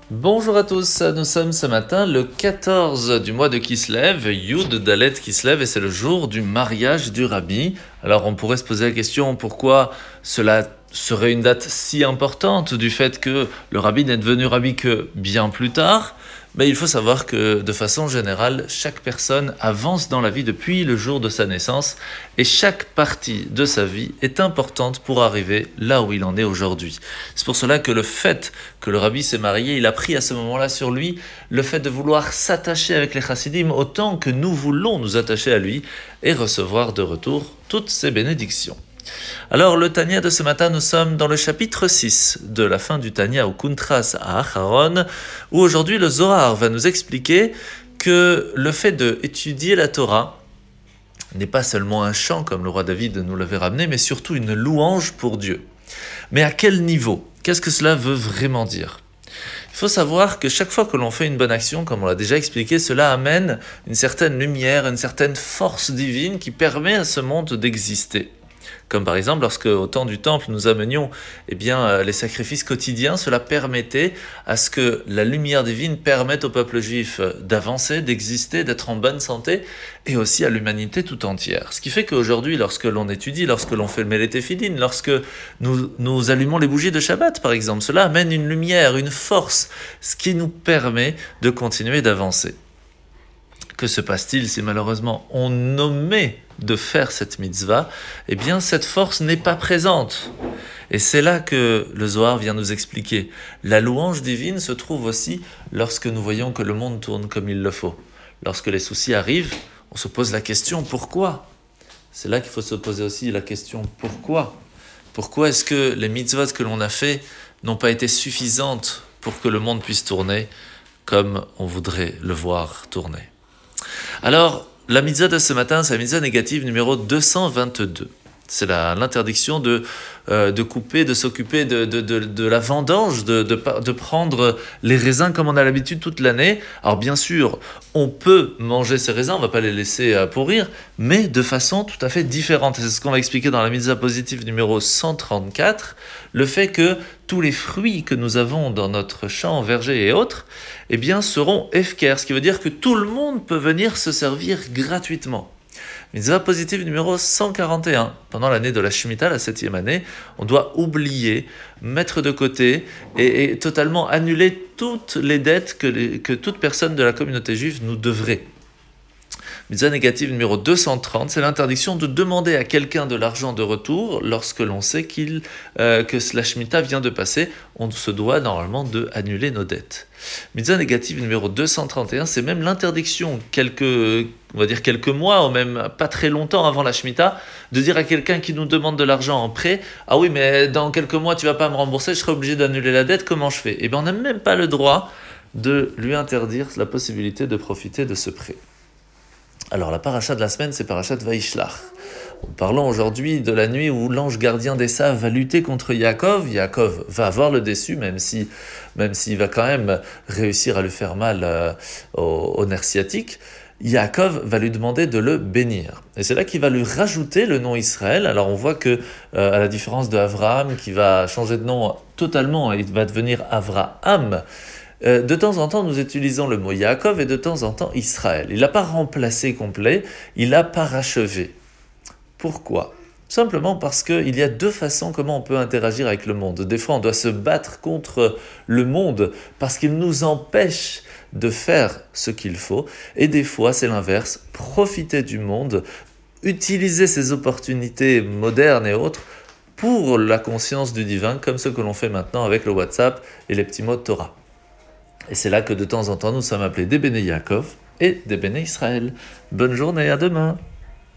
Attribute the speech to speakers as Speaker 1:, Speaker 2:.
Speaker 1: Bonjour à tous, nous sommes ce matin le 14 du mois de Kislev, Yud Dalet Kislev, et c'est le jour du mariage du Rabbi. Alors on pourrait se poser la question pourquoi cela serait une date si importante du fait que le Rabbi n'est devenu Rabbi que bien plus tard. Mais il faut savoir que de façon générale, chaque personne avance dans la vie depuis le jour de sa naissance et chaque partie de sa vie est importante pour arriver là où il en est aujourd'hui. C'est pour cela que le fait que le Rabbi s'est marié, il a pris à ce moment-là sur lui le fait de vouloir s'attacher avec les chassidim autant que nous voulons nous attacher à lui et recevoir de retour toutes ses bénédictions. Alors le Tanya de ce matin, nous sommes dans le chapitre 6 de la fin du Tanya au Kuntras à Acharon, où aujourd'hui le Zohar va nous expliquer que le fait d'étudier la Torah n'est pas seulement un chant comme le roi David nous l'avait ramené, mais surtout une louange pour Dieu. Mais à quel niveau ? Qu'est-ce que cela veut vraiment dire ? Il faut savoir que chaque fois que l'on fait une bonne action, comme on l'a déjà expliqué, cela amène une certaine lumière, une certaine force divine qui permet à ce monde d'exister. Comme par exemple, lorsque au temps du temple, nous amenions les sacrifices quotidiens, cela permettait à ce que la lumière divine permette au peuple juif d'avancer, d'exister, d'être en bonne santé, et aussi à l'humanité tout entière. Ce qui fait qu'aujourd'hui, lorsque l'on étudie, lorsque l'on fait le Melet Tefillin, lorsque nous allumons les bougies de Shabbat, par exemple, cela amène une lumière, une force, ce qui nous permet de continuer d'avancer. Que se passe-t-il si malheureusement on omet de faire cette mitzvah ? Eh bien, cette force n'est pas présente. Et c'est là que le Zohar vient nous expliquer. La louange divine se trouve aussi lorsque nous voyons que le monde tourne comme il le faut. Lorsque les soucis arrivent, on se pose la question pourquoi ? C'est là qu'il faut se poser aussi la question pourquoi ? Pourquoi est-ce que les mitzvot que l'on a fait n'ont pas été suffisantes pour que le monde puisse tourner comme on voudrait le voir tourner ? Alors, la mitzvah de ce matin, c'est la mitzvah négative numéro 222. C'est l'interdiction de couper, de s'occuper de la vendange, de prendre les raisins comme on a l'habitude toute l'année. Alors bien sûr, on peut manger ces raisins, on ne va pas les laisser pourrir, mais de façon tout à fait différente. Et c'est ce qu'on va expliquer dans la mitzvah positive numéro 134, le fait que tous les fruits que nous avons dans notre champ, verger et autres, seront efker, ce qui veut dire que tout le monde peut venir se servir gratuitement. Mitzvah positive numéro 141. Pendant l'année de la Shemitah, la 7e année, on doit oublier, mettre de côté et totalement annuler toutes les dettes que toute personne de la communauté juive nous devrait. Mitzvah négative numéro 230, c'est l'interdiction de demander à quelqu'un de l'argent de retour lorsque l'on sait que la Shemitah vient de passer. On se doit normalement d'annuler nos dettes. Mitzvah négative numéro 231, c'est même l'interdiction quelques mois ou même pas très longtemps avant la Shemitah, de dire à quelqu'un qui nous demande de l'argent en prêt, ah oui mais dans quelques mois tu vas pas me rembourser, je serai obligé d'annuler la dette, comment je fais ? On n'a même pas le droit de lui interdire la possibilité de profiter de ce prêt. Alors la paracha de la semaine, c'est parachat Vaishlach. Parlons aujourd'hui de la nuit où l'ange gardien d'Esav va lutter contre Yaakov. Yaakov va avoir le déçu, même s'il va quand même réussir à lui faire mal au nerf sciatique. Yaakov va lui demander de le bénir. Et c'est là qu'il va lui rajouter le nom Israël. Alors on voit que, à la différence de Avraham, qui va changer de nom totalement, il va devenir Avraham. De temps en temps, nous utilisons le mot Yaakov et de temps en temps Israël. Il n'a pas remplacé complet, il a parachevé. Pourquoi ? Simplement parce qu'il y a deux façons comment on peut interagir avec le monde. Des fois, on doit se battre contre le monde parce qu'il nous empêche de faire ce qu'il faut. Et des fois, c'est l'inverse. Profiter du monde, utiliser ces opportunités modernes et autres pour la conscience du divin, comme ce que l'on fait maintenant avec le WhatsApp et les petits mots de Torah. Et c'est là que de temps en temps, nous sommes appelés des Béné Yaakov et des Béné Israël. Bonne journée, à demain.